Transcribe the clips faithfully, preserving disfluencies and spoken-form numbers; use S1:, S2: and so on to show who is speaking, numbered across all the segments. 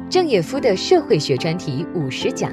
S1: 郑也夫的社会学专题五十讲。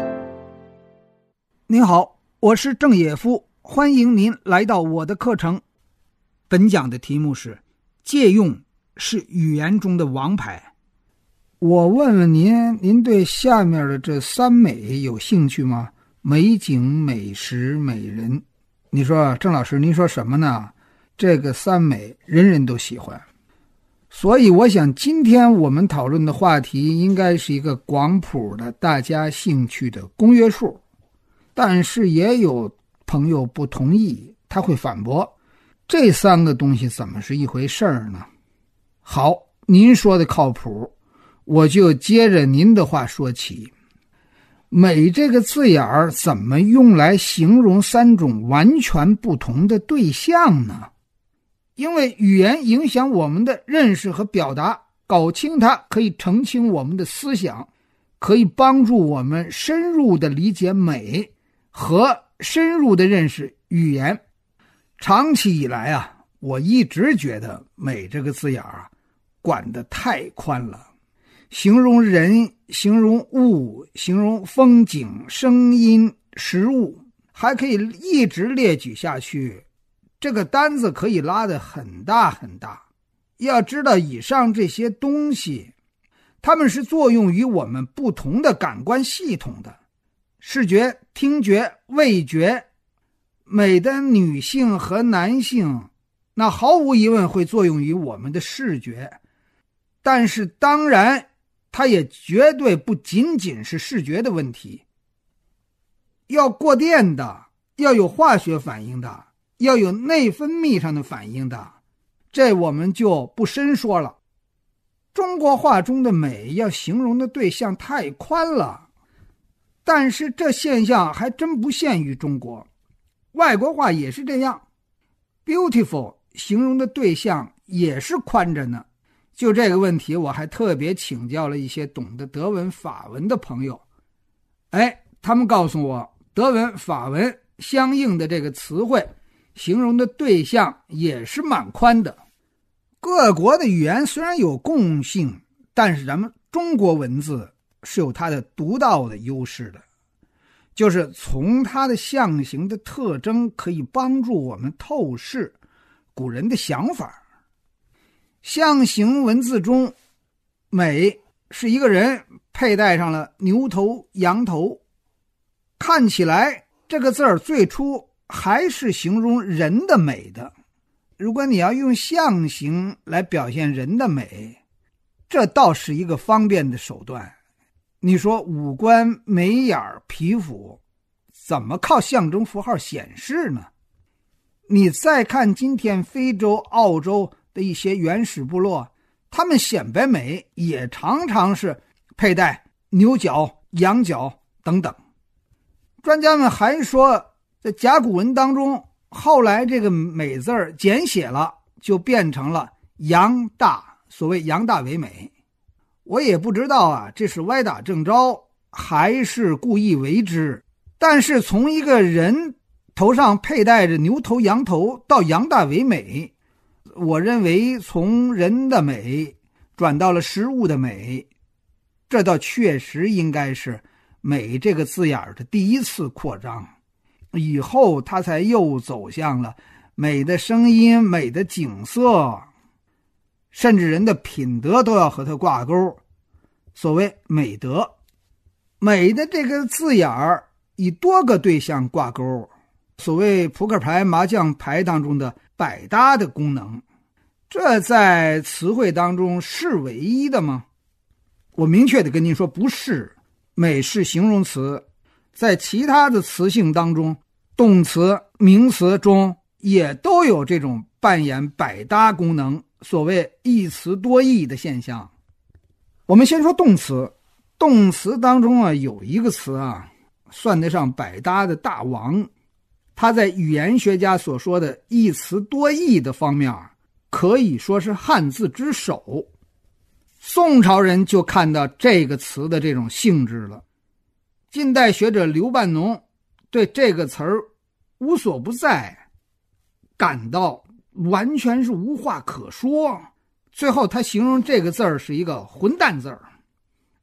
S2: 您好，我是郑也夫，欢迎您来到我的课程。本讲的题目是借用是语言中的王牌。我问问您，您对下面的这三美有兴趣吗？美景、美食、美人。你说郑老师，您说什么呢？这个三美人人都喜欢。所以我想今天我们讨论的话题应该是一个广谱的大家兴趣的公约数。但是也有朋友不同意，他会反驳，这三个东西怎么是一回事儿呢？好，您说的靠谱，我就接着您的话说起。美这个字眼儿怎么用来形容三种完全不同的对象呢？因为语言影响我们的认识和表达，搞清它可以澄清我们的思想，可以帮助我们深入地理解美和深入地认识语言。长期以来啊，我一直觉得美这个字眼啊，管得太宽了，形容人、形容物、形容风景、声音、食物，还可以一直列举下去，这个单子可以拉得很大很大。要知道以上这些东西，它们是作用于我们不同的感官系统的，视觉、听觉、味觉。美的女性和男性，那毫无疑问会作用于我们的视觉，但是当然它也绝对不仅仅是视觉的问题，要过电的，要有化学反应的，要有内分泌上的反应的，这我们就不深说了。中国话中的美要形容的对象太宽了，但是这现象还真不限于中国，外国话也是这样。 beautiful 形容的对象也是宽着呢。就这个问题，我还特别请教了一些懂得德文法文的朋友，哎，他们告诉我德文法文相应的这个词汇形容的对象也是蛮宽的。各国的语言虽然有共性，但是咱们中国文字是有它的独到的优势的，就是从它的象形的特征可以帮助我们透视古人的想法。象形文字中，美是一个人佩戴上了牛头羊头，看起来这个字儿最初还是形容人的美的。如果你要用象形来表现人的美，这倒是一个方便的手段。你说五官、眉眼、皮肤怎么靠象征符号显示呢？你再看今天非洲、澳洲的一些原始部落，他们显摆美也常常是佩戴牛角、羊角等等。专家们还说，在甲骨文当中，后来这个美字儿简写了，就变成了阳大，所谓阳大为美。我也不知道啊，这是歪打正着还是故意为之，但是从一个人头上佩戴着牛头羊头到阳大为美，我认为从人的美转到了食物的美，这倒确实应该是美这个字眼的第一次扩张。以后它才又走向了美的声音、美的景色，甚至人的品德都要和它挂钩。所谓美德，美的这个字眼儿以多个对象挂钩，所谓扑克牌、麻将牌当中的百搭的功能，这在词汇当中是唯一的吗？我明确的跟您说，不是。美是形容词，在其他的词性当中，动词、名词中也都有这种扮演百搭功能，所谓一词多义的现象。我们先说动词，动词当中啊，有一个词啊，算得上百搭的大王，它在语言学家所说的一词多义的方面，可以说是汉字之首。宋朝人就看到这个词的这种性质了。近代学者刘半农对这个词儿无所不在，感到完全是无话可说。最后他形容这个字儿是一个混蛋字儿。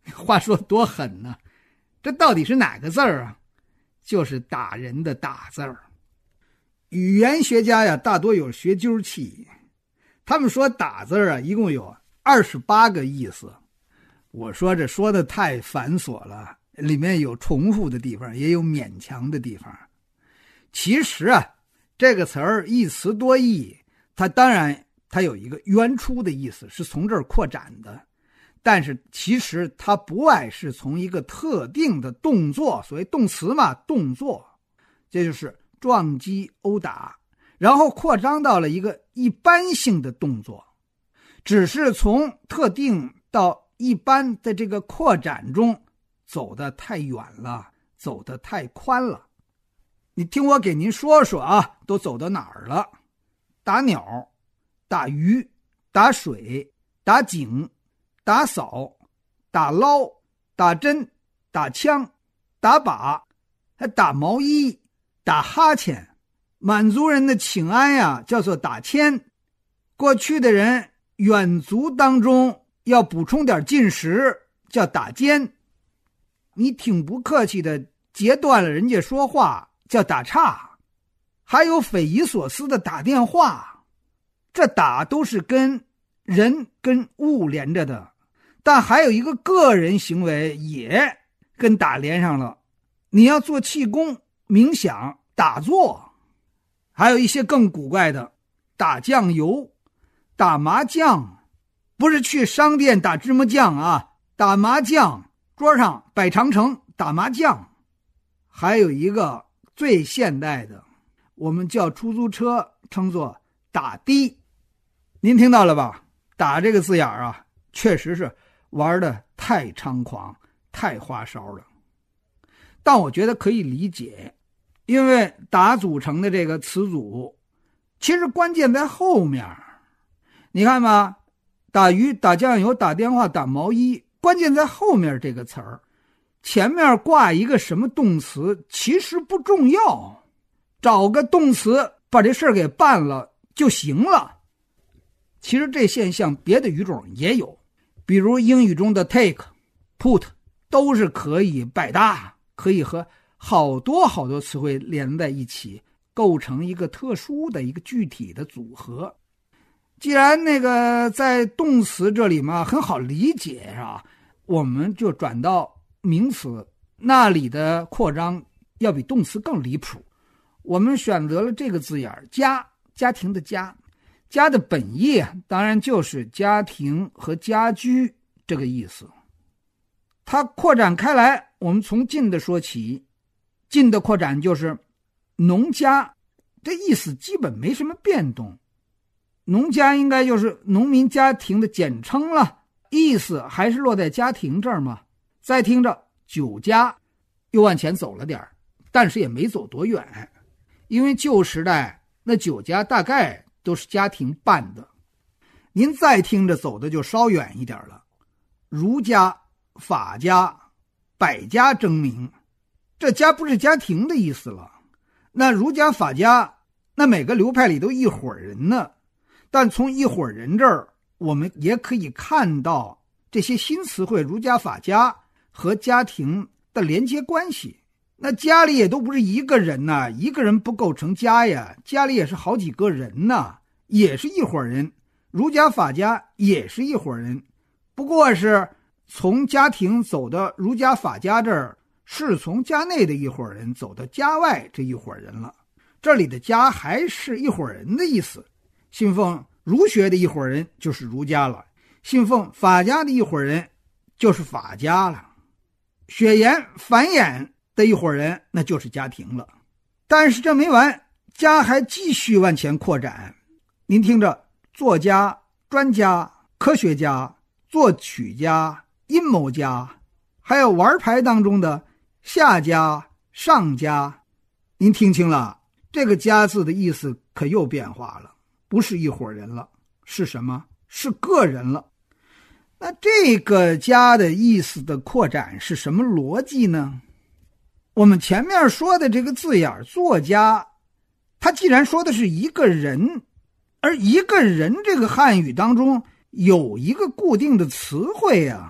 S2: 话说多狠呢，这到底是哪个字儿啊？就是打人的打字儿。语言学家呀，大多有学究气，他们说打字儿啊，一共有二十八个意思。我说这说的太繁琐了，里面有重复的地方，也有勉强的地方。其实啊，这个词儿一词多义，它当然它有一个原初的意思，是从这儿扩展的。但是其实它不外是从一个特定的动作，所谓动词嘛，动作，这就是撞击、殴打，然后扩张到了一个一般性的动作，只是从特定到一般的这个扩展中走得太远了，走得太宽了。你听我给您说说啊，都走到哪儿了？打鸟、打鱼、打水、打井、打扫、打捞、打针、打枪、打靶，还打毛衣、打哈欠。满族人的请安呀，叫做打签。过去的人远足当中要补充点进食，叫打尖。你挺不客气的截断了人家说话，叫打岔。还有匪夷所思的打电话，这打都是跟人跟物连着的，但还有一个个人行为也跟打连上了。你要做气功、冥想、打坐。还有一些更古怪的，打酱油、打麻将，不是去商店打芝麻酱啊，打麻将，桌上摆长城打麻将。还有一个最现代的，我们叫出租车称作打的。您听到了吧？打这个字眼啊，确实是玩的太猖狂，太花哨了。但我觉得可以理解，因为打组成的这个词组，其实关键在后面。你看吧，打鱼、打酱油、打电话、打毛衣，关键在后面这个词儿。前面挂一个什么动词其实不重要，找个动词把这事儿给办了就行了。其实这现象别的语种也有，比如英语中的 take、put 都是可以百搭，可以和好多好多词汇连在一起，构成一个特殊的一个具体的组合。既然那个在动词这里嘛很好理解啊，我们就转到名词，那里的扩张要比动词更离谱。我们选择了这个字眼家，家庭的家。家的本意当然就是家庭和家居这个意思。它扩展开来，我们从近的说起。近的扩展就是农家，这意思基本没什么变动。农家应该就是农民家庭的简称了，意思还是落在家庭这儿嘛。再听着酒家，又往前走了点，但是也没走多远，因为旧时代那酒家大概都是家庭办的。您再听着走的就稍远一点了，儒家、法家、百家争鸣，这家不是家庭的意思了。那儒家、法家，那每个流派里都一伙人呢。但从一伙人这儿，我们也可以看到这些新词汇儒家、法家和家庭的连接关系。那家里也都不是一个人呐，一个人不构成家呀，家里也是好几个人呐，也是一伙人。儒家、法家也是一伙人，不过是从家庭走到儒家、法家这儿，是从家内的一伙人走到家外这一伙人了。这里的家还是一伙人的意思。信奉儒学的一伙人就是儒家了，信奉法家的一伙人就是法家了，血缘繁衍的一伙人那就是家庭了。但是这没完，家还继续往前扩展。您听着，作家、专家、科学家、作曲家、阴谋家，还有玩牌当中的下家、上家。您听清了，这个家字的意思可又变化了，不是一伙人了，是什么？是个人了。那这个家的意思的扩展是什么逻辑呢？我们前面说的这个字眼作家，他既然说的是一个人，而一个人这个汉语当中有一个固定的词汇啊，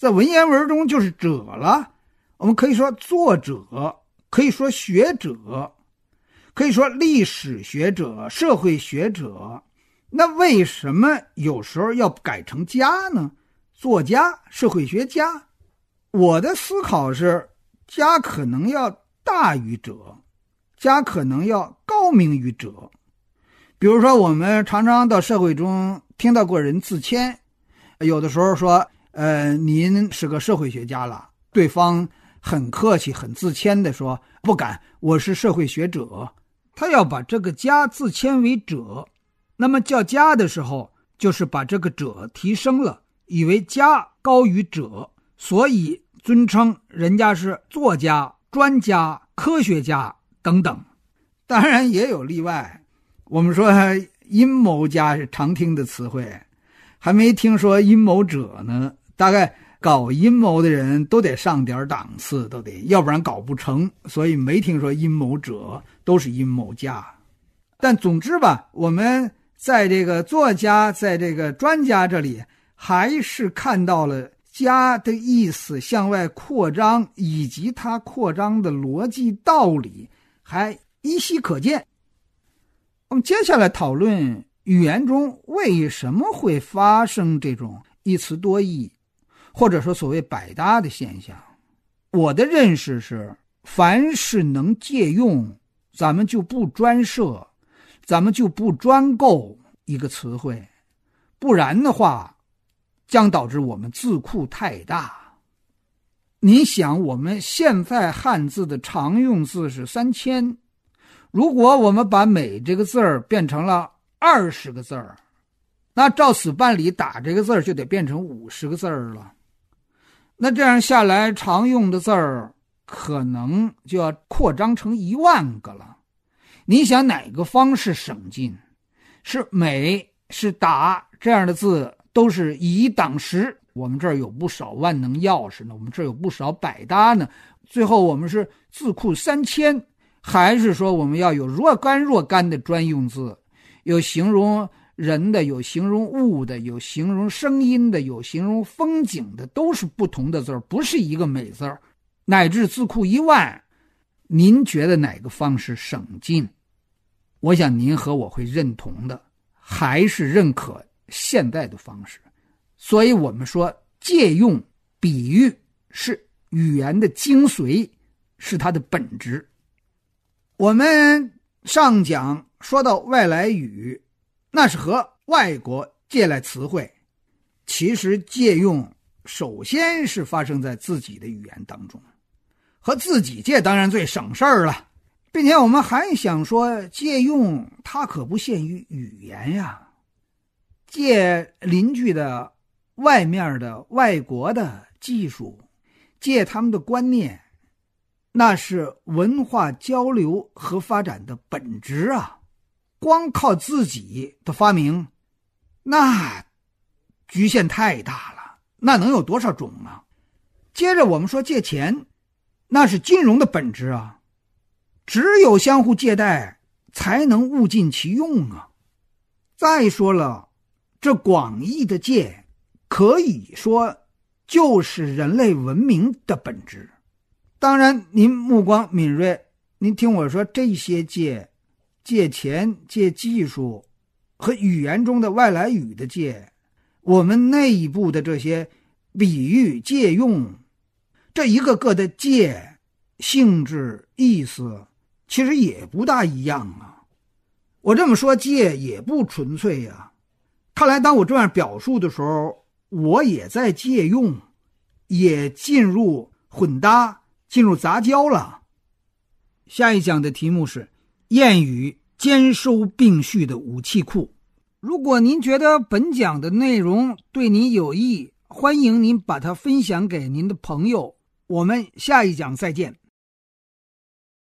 S2: 在文言文中就是者了。我们可以说作者，可以说学者，可以说历史学者、社会学者。那为什么有时候要改成家呢？作家、社会学家。我的思考是，家可能要大于者，家可能要高明于者。比如说我们常常到社会中听到过人自谦，有的时候说呃，您是个社会学家了，对方很客气很自谦的说不敢，我是社会学者。他要把这个家自谦为者，那么叫家的时候就是把这个者提升了，以为家高于者，所以尊称人家是作家、专家、科学家等等。当然也有例外，我们说阴谋家是常听的词汇，还没听说阴谋者呢。大概搞阴谋的人都得上点档次，都得，要不然搞不成，所以没听说阴谋者，都是阴谋家。但总之吧，我们在这个作家，在这个专家这里，还是看到了家的意思向外扩张，以及它扩张的逻辑道理还依稀可见。我们接下来讨论语言中为什么会发生这种一词多义，或者说所谓百搭的现象。我的认识是，凡是能借用，咱们就不专设，咱们就不专构一个词汇，不然的话将导致我们字库太大。你想，我们现在汉字的常用字是三千，如果我们把每这个字儿变成了二十个字儿，那照此办理，打这个字儿就得变成五十个字儿了。那这样下来，常用的字儿可能就要扩张成一万个了。你想哪个方式省劲？是美，是打这样的字都是以挡十，我们这儿有不少万能钥匙呢，我们这儿有不少百搭呢。最后我们是字库三千，还是说我们要有若干若干的专用字，有形容人的，有形容物的，有形容声音的，有形容风景的，都是不同的字儿，不是一个美字儿。乃至字库一万，您觉得哪个方式省劲？我想您和我会认同的，还是认可现在的方式。所以我们说，借用比喻是语言的精髓，是它的本质。我们上讲说到外来语，那是和外国借来词汇，其实借用首先是发生在自己的语言当中，和自己借当然最省事儿了，并且我们还想说，借用它可不限于语言呀，借邻居的、外面的、外国的技术，借他们的观念，那是文化交流和发展的本质啊。光靠自己的发明，那局限太大了，那能有多少种啊？接着我们说借钱，那是金融的本质啊，只有相互借贷才能物尽其用啊。再说了，这广义的借可以说就是人类文明的本质。当然您目光敏锐，您听我说，这些借借钱、借技术和语言中的外来语的借，我们内部的这些比喻、借用，这一个个的借性质、意思其实也不大一样啊。我这么说借也不纯粹啊，看来当我这样表述的时候，我也在借用，也进入混搭，进入杂交了。下一讲的题目是谚语兼收并蓄的武器库。如果您觉得本讲的内容对您有益，欢迎您把它分享给您的朋友。我们下一讲再见。